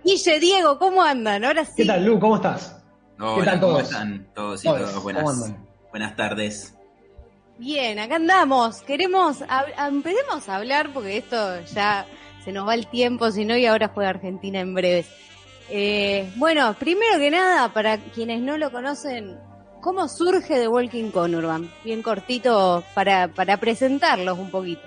Guille, Diego, ¿cómo andan? Ahora sí. ¿Qué tal, Lu? ¿Cómo estás? Hola, ¿qué tal todos? ¿cómo están todos y todas? Buenas tardes. Bien, acá andamos. Empecemos a hablar porque esto ya se nos va el tiempo, si no, y ahora juega Argentina en breves. Bueno, primero que nada, para quienes no lo conocen, ¿cómo surge The Walking Conurban? Bien cortito para presentarlos un poquito.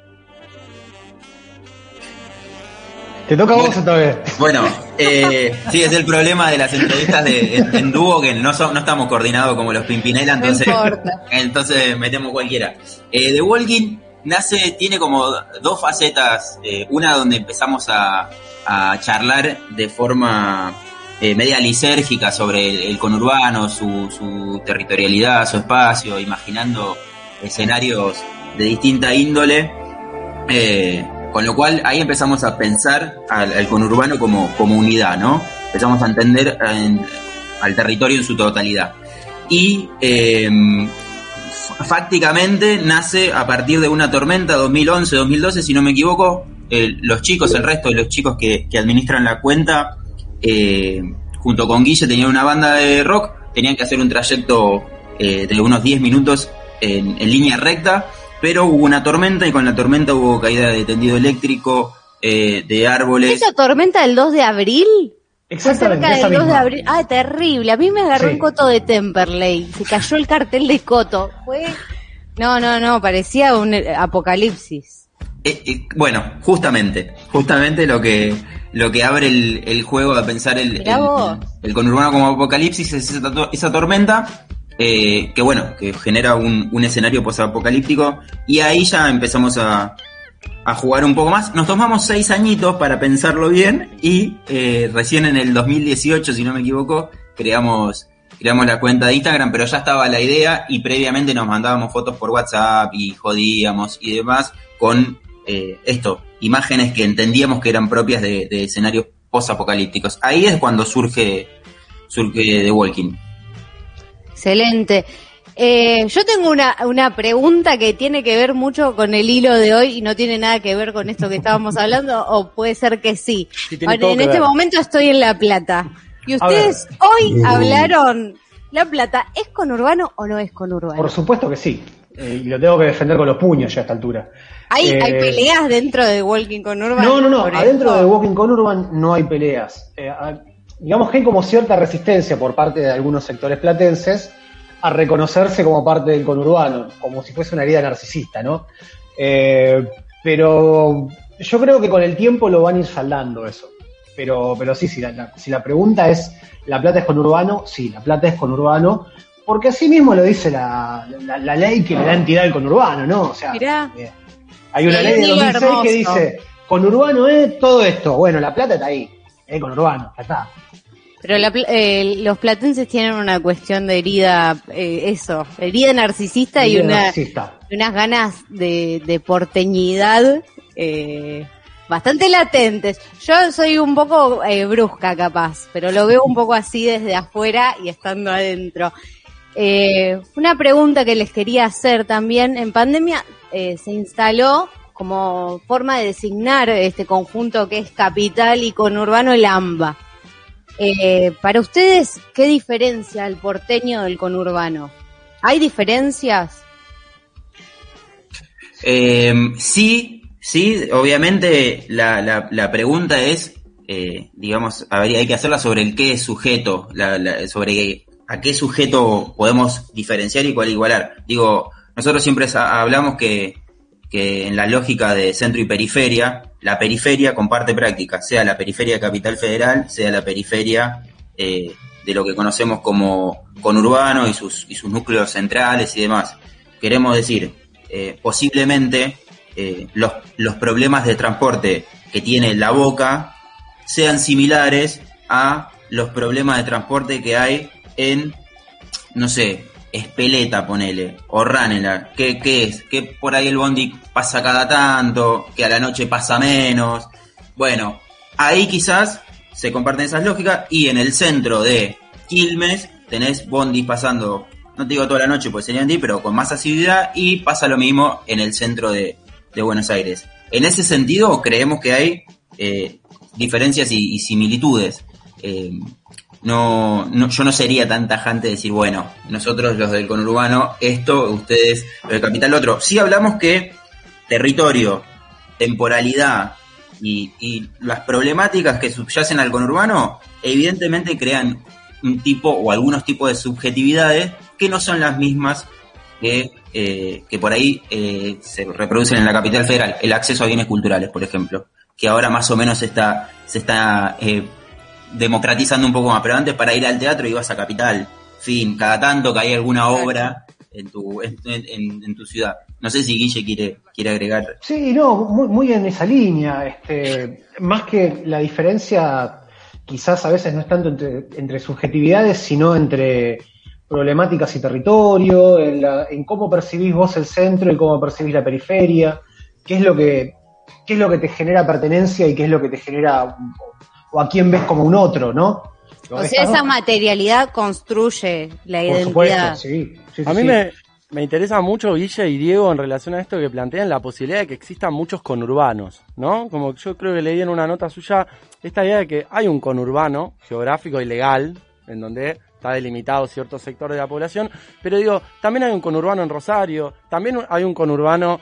Te toca a vos otra vez. Bueno, sí, es el problema de las entrevistas en dúo, que no estamos coordinados como los Pimpinela, entonces metemos cualquiera. The Walking tiene como dos facetas, una donde empezamos a charlar de forma media lisérgica sobre el conurbano, su territorialidad, su espacio, imaginando escenarios de distinta índole, con lo cual ahí empezamos a pensar al conurbano como unidad, ¿no? Empezamos a entender al territorio en su totalidad. Y fácticamente nace a partir de una tormenta 2011-2012, si no me equivoco. El resto de los chicos que administran la cuenta, junto con Guille, tenían una banda de rock, tenían que hacer un trayecto de unos 10 minutos en línea recta, pero hubo una tormenta y con la tormenta hubo caída de tendido eléctrico, de árboles. ¿Esa tormenta del 2 de abril? Exactamente, cerca esa del 2 de misma. abril. Ah, terrible. A mí me agarró un coto de Temperley. Se cayó el cartel de coto. No, parecía un apocalipsis. Bueno, justamente lo que abre el juego a pensar el conurbano como apocalipsis es esa tormenta, que genera un escenario posapocalíptico, y ahí ya empezamos a jugar un poco más. Nos tomamos 6 añitos para pensarlo bien y recién en el 2018, si no me equivoco, creamos la cuenta de Instagram, pero ya estaba la idea y previamente nos mandábamos fotos por WhatsApp y jodíamos y demás con imágenes que entendíamos que eran propias de escenarios posapocalípticos. Ahí es cuando surge The Walking. Excelente. Yo tengo una pregunta que tiene que ver mucho con el hilo de hoy y no tiene nada que ver con esto que estábamos hablando, o puede ser que sí. En este momento estoy en La Plata y ustedes hoy hablaron. ¿La Plata es conurbano o no es conurbano? Por supuesto que sí. Y lo tengo que defender con los puños ya a esta altura. ¿Hay peleas dentro de Walking Conurban? No. Adentro de Walking Conurban no hay peleas. Digamos que hay como cierta resistencia por parte de algunos sectores platenses a reconocerse como parte del conurbano, como si fuese una herida narcisista, ¿no? Pero yo creo que con el tiempo lo van a ir saldando eso. Pero sí, si la pregunta es, ¿La Plata es conurbano? Sí, La Plata es conurbano, porque así mismo lo dice la ley que le da entidad al conurbano, ¿no? O sea, hay una ley de 2006 que dice, conurbano es todo esto. Bueno, La Plata está ahí, conurbano, ya está. Pero los platenses tienen una cuestión de herida, herida narcisista y unas ganas de porteñidad bastante latentes. Yo soy un poco brusca capaz, pero lo veo un poco así desde afuera y estando adentro. Una pregunta que les quería hacer también: en pandemia se instaló como forma de designar este conjunto que es capital y conurbano el AMBA. Para ustedes, ¿qué diferencia el porteño del conurbano? ¿Hay diferencias? Sí, obviamente la pregunta es, hay que hacerla sobre el qué sujeto, sobre a qué sujeto podemos diferenciar y cuál igualar. Nosotros siempre hablamos que en la lógica de centro y periferia, la periferia comparte prácticas, sea la periferia de Capital Federal, sea la periferia de lo que conocemos como conurbano y sus núcleos centrales y demás. Queremos decir, posiblemente los problemas de transporte que tiene La Boca sean similares a los problemas de transporte que hay en, no sé, Espeleta, ponele, o Ranelagh. ¿Qué es? Que por ahí el bondi pasa cada tanto, que a la noche pasa menos. Bueno, ahí quizás se comparten esas lógicas, y en el centro de Quilmes tenés bondis pasando, no te digo toda la noche, pues serían pero con más asiduidad, y pasa lo mismo en el centro de Buenos Aires. En ese sentido, creemos que hay diferencias y similitudes. Yo no sería tan tajante de decir, bueno, nosotros los del conurbano esto, ustedes los del capital otro. Sí hablamos que territorio, temporalidad y las problemáticas que subyacen al conurbano evidentemente crean un tipo o algunos tipos de subjetividades que no son las mismas que por ahí se reproducen en la capital federal. El acceso a bienes culturales, por ejemplo, que ahora más o menos se está democratizando un poco más, pero antes para ir al teatro ibas a capital, fin, cada tanto que hay alguna obra en tu ciudad. No sé si Guille quiere agregar. Sí, no, muy en esa línea. Más que la diferencia, quizás a veces no es tanto entre subjetividades, sino entre problemáticas y territorio, en cómo percibís vos el centro y cómo percibís la periferia, qué es lo que te genera pertenencia y qué es lo que te genera, o a quién ves como un otro, ¿no? O sea, esa materialidad construye la identidad. Por supuesto, sí. A mí me interesa mucho, Guille y Diego, en relación a esto que plantean la posibilidad de que existan muchos conurbanos, ¿no? Como yo creo que leí en una nota suya esta idea de que hay un conurbano geográfico y legal, en donde está delimitado cierto sector de la población, pero digo, también hay un conurbano en Rosario, también hay un conurbano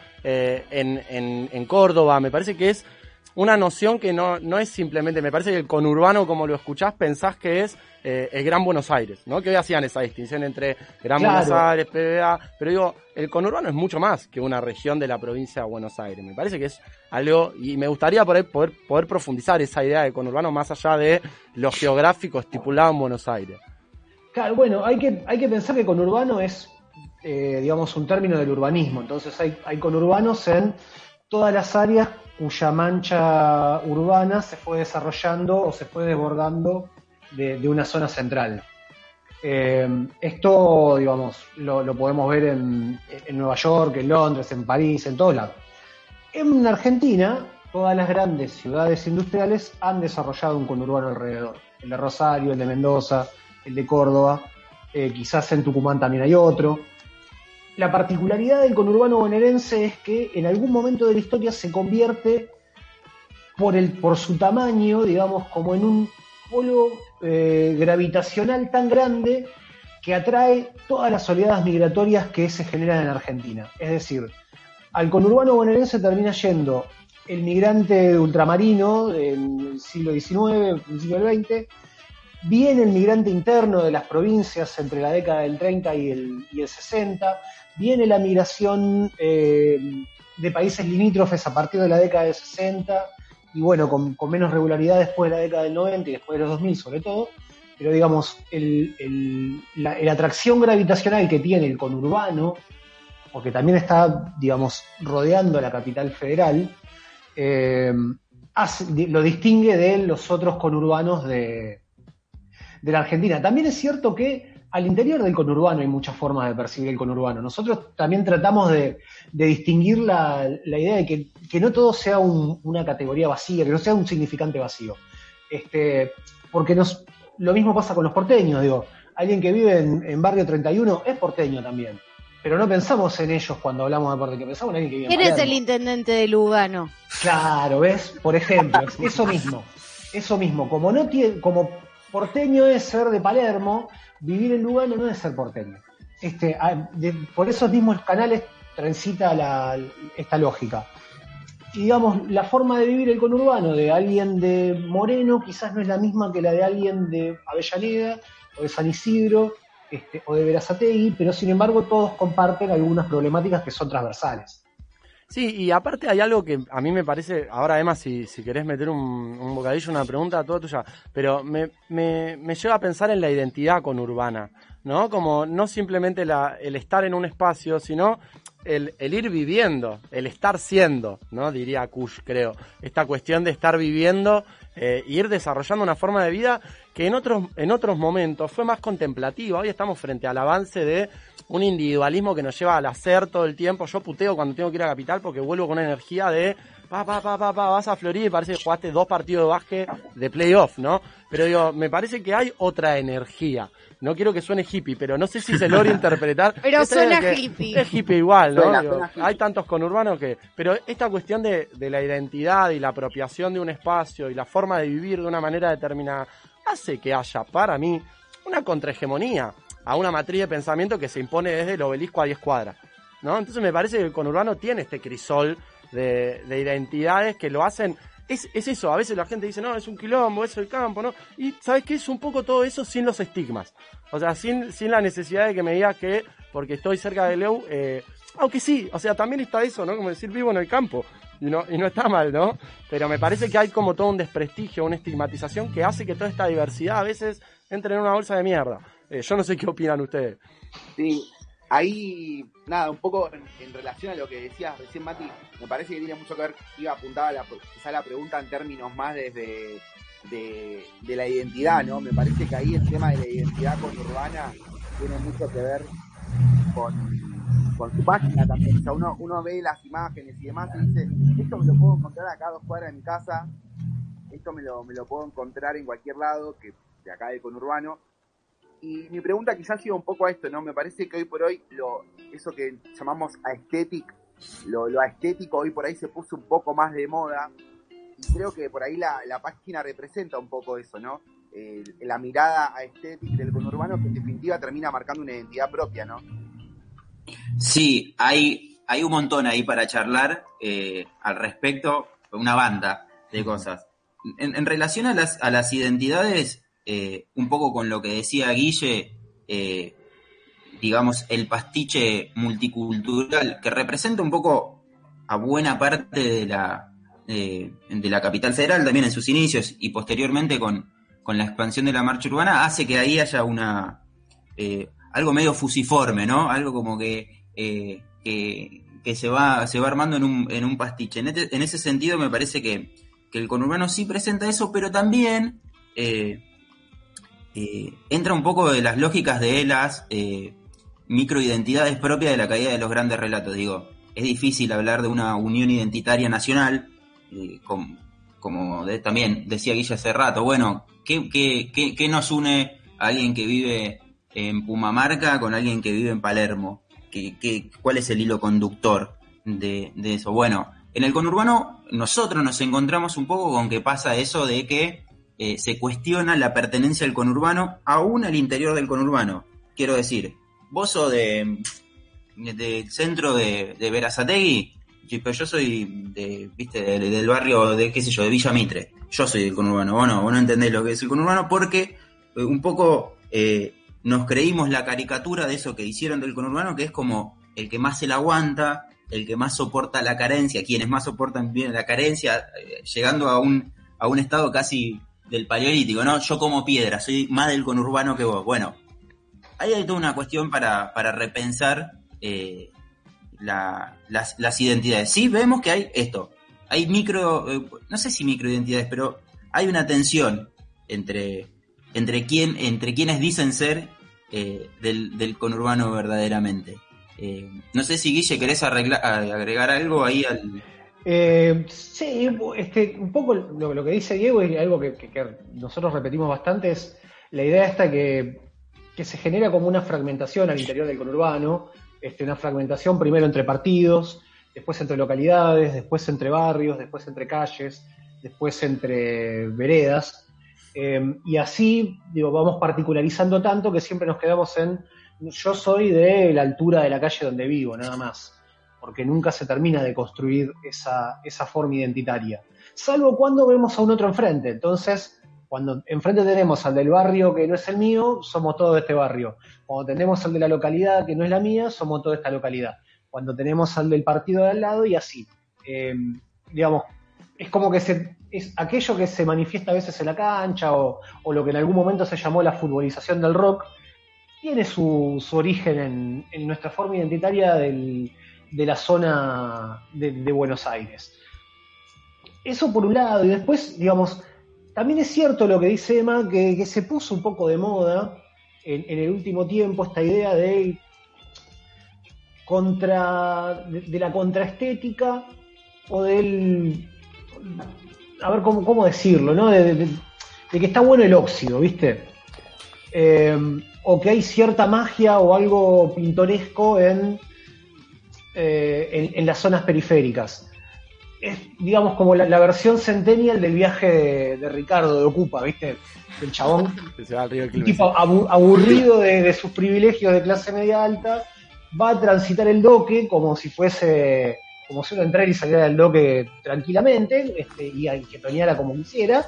en Córdoba. Me parece que es una noción que no es simplemente, me parece que el conurbano, como lo escuchás, pensás que es el Gran Buenos Aires, ¿no? Que hoy hacían esa distinción entre Gran Buenos Aires, PBA, pero digo, el conurbano es mucho más que una región de la provincia de Buenos Aires. Me parece que es algo, y me gustaría poder profundizar esa idea de conurbano más allá de lo geográfico estipulado en Buenos Aires. Claro, bueno, hay que pensar que conurbano es, digamos, un término del urbanismo. Entonces hay conurbanos en todas las áreas cuya mancha urbana se fue desarrollando o se fue desbordando de una zona central. Esto, digamos, lo podemos ver en Nueva York, en Londres, en París, en todos lados. En Argentina, todas las grandes ciudades industriales han desarrollado un conurbano alrededor. El de Rosario, el de Mendoza, el de Córdoba, quizás en Tucumán también hay otro. La particularidad del conurbano bonaerense es que en algún momento de la historia se convierte por su tamaño, digamos, como en un polo gravitacional tan grande que atrae todas las oleadas migratorias que se generan en Argentina. Es decir, al conurbano bonaerense termina yendo el migrante ultramarino del siglo XIX, principio del XX, viene el migrante interno de las provincias entre la década del 30 y el 60, viene la migración de países limítrofes a partir de la década del 60, y bueno, con menos regularidad después de la década del 90 y después de los 2000 sobre todo, pero digamos, la atracción gravitacional que tiene el conurbano, porque también está, digamos, rodeando a la capital federal, lo distingue de los otros conurbanos de la Argentina. También es cierto que al interior del conurbano hay muchas formas de percibir el conurbano. Nosotros también tratamos de distinguir la idea de que no todo sea una categoría vacía, que no sea un significante vacío. Porque lo mismo pasa con los porteños, digo. Alguien que vive en Barrio 31 es porteño también. Pero no pensamos en ellos cuando hablamos de porteño, pensamos en alguien que vive en Palermo. ¿Quién es el intendente de Lugano? Claro, ¿ves? Por ejemplo, eso mismo. Como porteño es ser de Palermo, vivir en Lugano no es ser porteño. Por esos mismos canales transita esta lógica. Y digamos, la forma de vivir el conurbano de alguien de Moreno quizás no es la misma que la de alguien de Avellaneda o de San Isidro o de Berazategui, pero sin embargo todos comparten algunas problemáticas que son transversales. Sí, y aparte hay algo que a mí me parece, ahora además si querés meter un bocadillo, una pregunta toda tuya, pero me lleva a pensar en la identidad conurbana, ¿no? Como no simplemente el estar en un espacio, sino el ir viviendo, el estar siendo, ¿no? Diría Kush, creo. Esta cuestión de estar viviendo e ir desarrollando una forma de vida que en otros momentos fue más contemplativa. Hoy estamos frente al avance de un individualismo que nos lleva al hacer todo el tiempo. Yo puteo cuando tengo que ir a Capital porque vuelvo con una energía de vas a Florida y parece que jugaste 2 partidos de básquet de playoff, ¿no? Pero digo, me parece que hay otra energía. No quiero que suene hippie, pero no sé si se logra interpretar. Pero suena hippie. Es hippie igual, ¿no? Digo, hippie. hay tantos conurbanos que... Pero esta cuestión de la identidad y la apropiación de un espacio y la forma de vivir de una manera determinada hace que haya, para mí, una contrahegemonía a una matriz de pensamiento que se impone desde el obelisco a 10 cuadras, ¿no? Entonces me parece que el conurbano tiene este crisol de identidades que lo hacen... Es eso, a veces la gente dice, no, es un quilombo, es el campo, ¿no? Y ¿sabes qué? Es un poco todo eso sin los estigmas. O sea, sin la necesidad de que me digas que porque estoy cerca de Leu, aunque sí, o sea, también está eso, ¿no? Como decir, vivo en el campo. Y no está mal, ¿no? Pero me parece que hay como todo un desprestigio, una estigmatización que hace que toda esta diversidad a veces entre en una bolsa de mierda. Yo no sé qué opinan ustedes. Sí, ahí, nada, un poco en relación a lo que decías recién, Mati, me parece que tiene mucho que ver, iba apuntada quizá la pregunta en términos más desde de la identidad, ¿no? Me parece que ahí el tema de la identidad conurbana tiene mucho que ver con su página también. O sea, uno ve las imágenes y demás y dice, esto me lo puedo encontrar acá a 2 cuadras de mi casa, esto me lo puedo encontrar en cualquier lado, que de acá del conurbano. Y mi pregunta quizás iba un poco a esto, ¿no? Me parece que hoy por hoy eso que llamamos aesthetic, lo aestético hoy por ahí se puso un poco más de moda, y creo que por ahí la página representa un poco eso, ¿no? La mirada aesthetic del conurbano, que en definitiva termina marcando una identidad propia, ¿no? Sí, hay un montón ahí para charlar al respecto, una banda de cosas. En relación a las identidades, un poco con lo que decía Guille, digamos, el pastiche multicultural, que representa un poco a buena parte de la capital federal, también en sus inicios, y posteriormente con la expansión de la marcha urbana, hace que ahí haya algo medio fusiforme, ¿no? Algo como que se va armando en un pastiche. En ese sentido me parece que el conurbano sí presenta eso, pero también entra un poco de las lógicas de las microidentidades propias de la caída de los grandes relatos. Digo, es difícil hablar de una unión identitaria nacional, como también decía Guilla hace rato. Bueno, ¿qué nos une a alguien que vive en Pumamarca con alguien que vive en Palermo? ¿Cuál es el hilo conductor de eso? Bueno, en el conurbano nosotros nos encontramos un poco con que pasa eso de que se cuestiona la pertenencia al conurbano, aún al interior del conurbano. Quiero decir, vos sos del centro de Berazategui, pero yo soy del barrio de, qué sé yo, de Villa Mitre. Yo soy del conurbano, vos no entendés lo que es el conurbano, porque un poco nos creímos la caricatura de eso que hicieron del conurbano, que es como el que más se la aguanta, el que más soporta la carencia, quienes más soportan bien la carencia, llegando a un estado casi del paleolítico, ¿no? Yo como piedra, soy más del conurbano que vos. Bueno, ahí hay toda una cuestión para repensar las identidades. Sí, vemos que hay esto, hay no sé si microidentidades, pero hay una tensión entre quienes dicen ser del conurbano verdaderamente. No sé si, Guille, querés agregar algo ahí al... Sí, un poco lo que dice Diego es algo que nosotros repetimos bastante, es la idea esta que se genera como una fragmentación al interior del conurbano, una fragmentación primero entre partidos, después entre localidades, después entre barrios, después entre calles, después entre veredas, y así vamos particularizando tanto que siempre nos quedamos en yo soy de la altura de la calle donde vivo, nada más, porque nunca se termina de construir esa forma identitaria, salvo cuando vemos a un otro enfrente. Entonces, cuando enfrente tenemos al del barrio que no es el mío, somos todos de este barrio. Cuando tenemos al de la localidad que no es la mía, somos todos de esta localidad. Cuando tenemos al del partido de al lado, y así. Digamos, es como que es aquello que se manifiesta a veces en la cancha, o lo que en algún momento se llamó la futbolización del rock, tiene su origen en nuestra forma identitaria de la zona de Buenos Aires. Eso por un lado, y después, digamos, también es cierto lo que dice Emma, que se puso un poco de moda en el último tiempo esta idea de la contraestética o del, a ver cómo decirlo, ¿no? De que está bueno el óxido, ¿viste? O que hay cierta magia o algo pintoresco en las zonas periféricas. Es, digamos, como la versión centennial del viaje de Ricardo, de Ocupa, ¿viste? El chabón, un tipo aburrido de sus privilegios de clase media alta, va a transitar el doque como si uno entrara y saliera del doque tranquilamente, y que toneara como quisiera.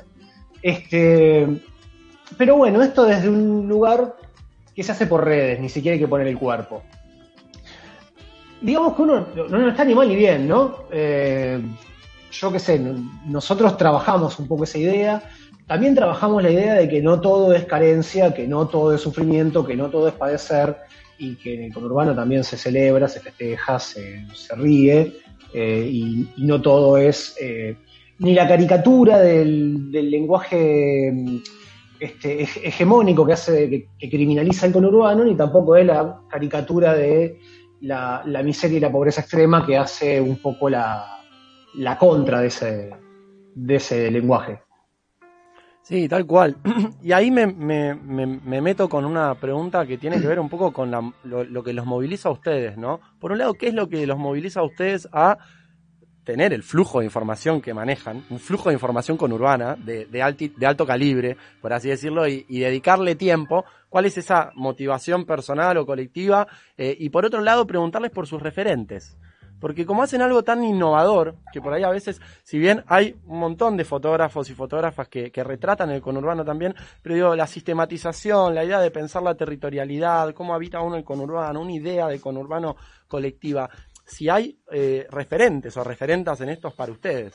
Pero bueno, esto desde un lugar que se hace por redes, ni siquiera hay que poner el cuerpo. Digamos que uno no está ni mal ni bien, ¿no? Yo qué sé, nosotros trabajamos un poco esa idea. También trabajamos la idea de que no todo es carencia, que no todo es sufrimiento, que no todo es padecer, y que en el conurbano también se celebra, se festeja, se ríe, y no todo es ni la caricatura del lenguaje hegemónico que criminaliza el conurbano, ni tampoco es la caricatura de la miseria y la pobreza extrema que hace un poco la contra de ese lenguaje. Sí, tal cual. Y ahí me meto con una pregunta que tiene que ver un poco con lo que los moviliza a ustedes, ¿no? Por un lado, ¿qué es lo que los moviliza a ustedes a tener el flujo de información que manejan, un flujo de información conurbana de alto calibre, por así decirlo, y dedicarle tiempo? ¿Cuál es esa motivación personal o colectiva? Y por otro lado, preguntarles por sus referentes. Porque como hacen algo tan innovador, que por ahí a veces, si bien hay un montón de fotógrafos y fotógrafas que retratan el conurbano también, pero digo, la sistematización, la idea de pensar la territorialidad, cómo habita uno el conurbano, una idea de conurbano colectiva, si hay referentes o referentas en estos para ustedes.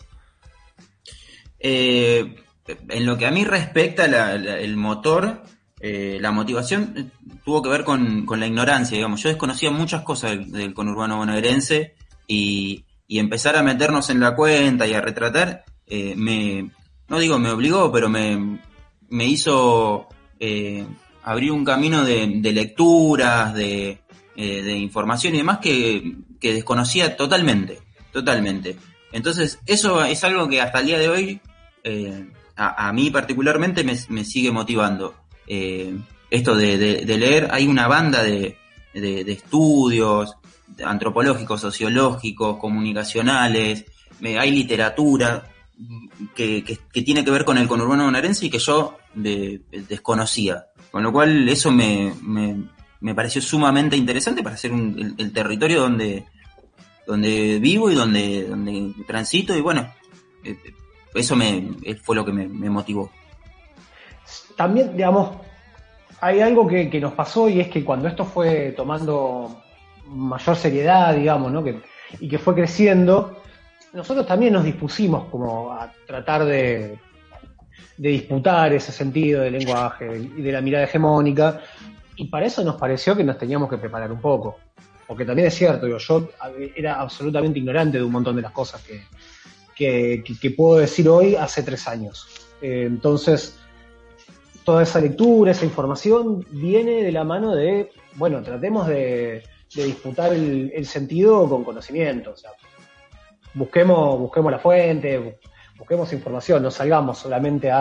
En lo que a mí respecta, el motor, la motivación tuvo que ver con la ignorancia, digamos. Yo desconocía muchas cosas del conurbano bonaerense, y empezar a meternos en la cuenta y a retratar, no digo me obligó, pero me hizo abrir un camino de lecturas, de información y demás que desconocía totalmente. Entonces, eso es algo que hasta el día de hoy, a mí particularmente me sigue motivando. Esto de leer, hay una banda de estudios antropológicos, sociológicos, comunicacionales, hay literatura que tiene que ver con el conurbano bonaerense y que yo desconocía, con lo cual eso me pareció sumamente interesante para hacer el territorio donde vivo y donde transito, y bueno, eso fue lo que me motivó. También, digamos, hay algo que nos pasó, y es que cuando esto fue tomando mayor seriedad, digamos, ¿no? Y que fue creciendo, nosotros también nos dispusimos como a tratar de disputar ese sentido del lenguaje y de la mirada hegemónica, y para eso nos pareció que nos teníamos que preparar un poco, porque también es cierto, yo era absolutamente ignorante de un montón de las cosas que puedo decir hoy hace 3 años. Entonces, toda esa lectura, esa información viene de la mano de, bueno, tratemos de disputar el sentido con conocimiento, o sea, busquemos la fuente, busquemos información, no salgamos solamente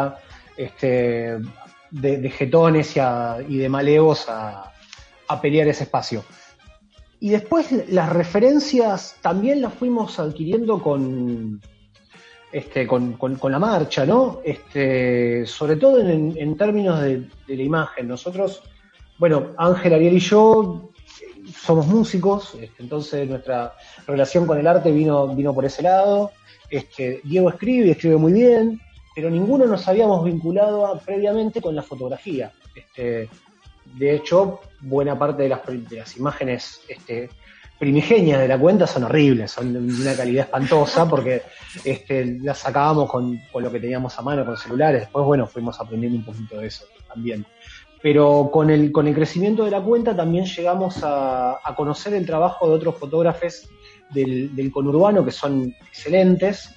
de jetones y de malevos a pelear ese espacio. Y después las referencias también las fuimos adquiriendo con la marcha, ¿no? Sobre todo en términos de la imagen. Nosotros, bueno, Ángel, Ariel y yo somos músicos, entonces nuestra relación con el arte vino por ese lado. Diego escribe y escribe muy bien, pero ninguno nos habíamos vinculado previamente con la fotografía. De hecho, buena parte de las imágenes primigenias de la cuenta son horribles, son de una calidad espantosa, porque las sacábamos con lo que teníamos a mano, con celulares. Después, bueno, fuimos aprendiendo un poquito de eso también. Pero con el crecimiento de la cuenta también llegamos a conocer el trabajo de otros fotógrafos del conurbano que son excelentes,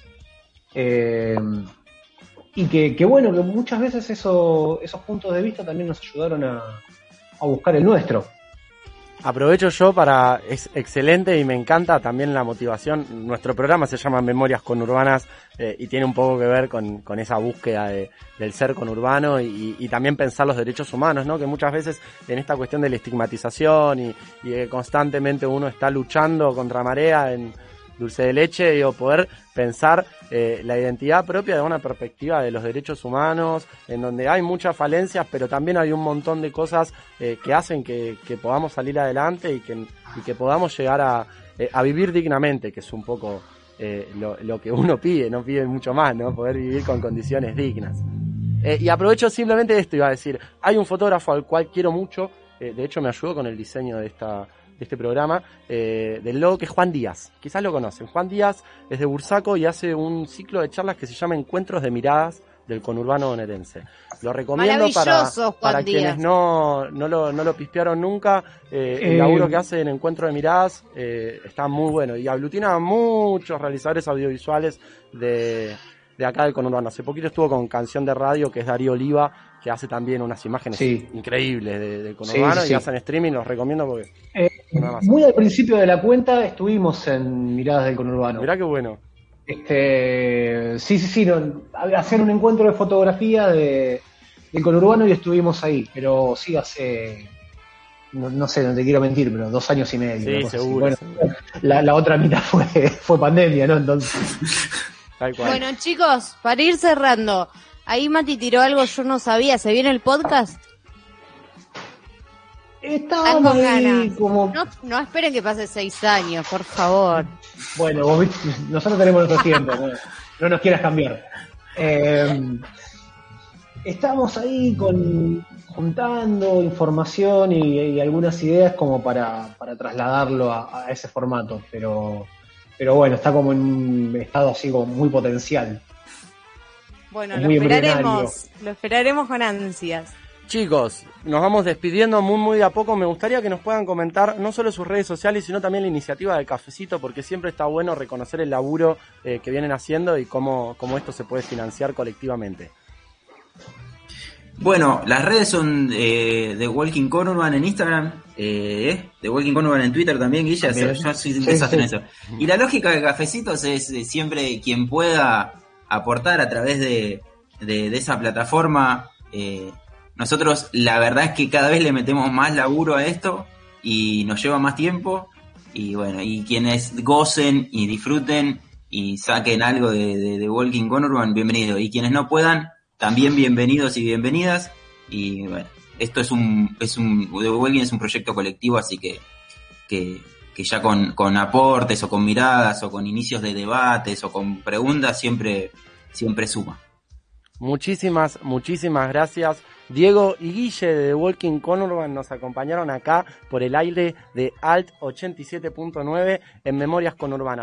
y que bueno, que muchas veces esos puntos de vista también nos ayudaron a buscar el nuestro. Aprovecho yo es excelente y me encanta también la motivación. Nuestro programa se llama Memorias Conurbanas y tiene un poco que ver con esa búsqueda del ser conurbano y también pensar los derechos humanos, ¿no? Que muchas veces en esta cuestión de la estigmatización y que constantemente uno está luchando contra marea en dulce de leche, poder pensar la identidad propia de una perspectiva de los derechos humanos, en donde hay muchas falencias, pero también hay un montón de cosas que hacen que podamos salir adelante y que podamos llegar a vivir dignamente, que es un poco lo que uno pide, no pide mucho más, ¿no? Poder vivir con condiciones dignas. Y aprovecho simplemente esto, iba a decir, hay un fotógrafo al cual quiero mucho, de hecho me ayudó con el diseño de este programa, del logo, que es Juan Díaz. Quizás lo conocen. Juan Díaz es de Bursaco y hace un ciclo de charlas que se llama Encuentros de Miradas del conurbano bonaerense. Lo recomiendo para quienes no lo pispearon nunca. El laburo que hace en Encuentro de Miradas está muy bueno y aglutina a muchos realizadores audiovisuales de acá del conurbano. Hace poquito estuvo con Canción de Radio, que es Darío Oliva, que hace también unas imágenes increíbles del conurbano y hacen streaming. Los recomiendo porque muy al principio de la cuenta estuvimos en Miradas del Conurbano. Mirá qué bueno. Hacer un encuentro de fotografía del conurbano y estuvimos ahí, pero sí hace, no sé, no te quiero mentir, pero 2 años y medio. Sí, seguro. Bueno, la otra mitad fue pandemia, ¿no? Entonces. Tal cual. Bueno, chicos, para ir cerrando, ahí Mati tiró algo, yo no sabía, ¿se viene el podcast? Estábamos ahí como... No esperen que pase 6 años, por favor. Bueno, vos viste, nosotros tenemos nuestro tiempo, no nos quieras cambiar. Estamos ahí juntando información y algunas ideas como para trasladarlo a ese formato, pero bueno, está como en un estado así como muy potencial. Bueno, lo esperaremos con ansias. Chicos, nos vamos despidiendo muy de a poco. Me gustaría que nos puedan comentar no solo sus redes sociales, sino también la iniciativa del Cafecito, porque siempre está bueno reconocer el laburo que vienen haciendo y cómo esto se puede financiar colectivamente. Bueno, las redes son The Walking Conurban en Instagram, The Walking Conurban en Twitter también, Guilla, yo soy un desastre en eso. Y la lógica de Cafecitos es siempre quien pueda aportar a través de esa plataforma. Nosotros la verdad es que cada vez le metemos más laburo a esto y nos lleva más tiempo, y bueno, y quienes gocen y disfruten y saquen algo de Walking Conurban, bienvenido, y quienes no puedan, también bienvenidos y bienvenidas. Y bueno, esto The Walking es un proyecto colectivo, así que ya con aportes o con miradas o con inicios de debates o con preguntas siempre suma. Muchísimas gracias. Diego y Guille de The Walking Conurban nos acompañaron acá por el aire de Alt 87.9 en Memorias Conurbanas.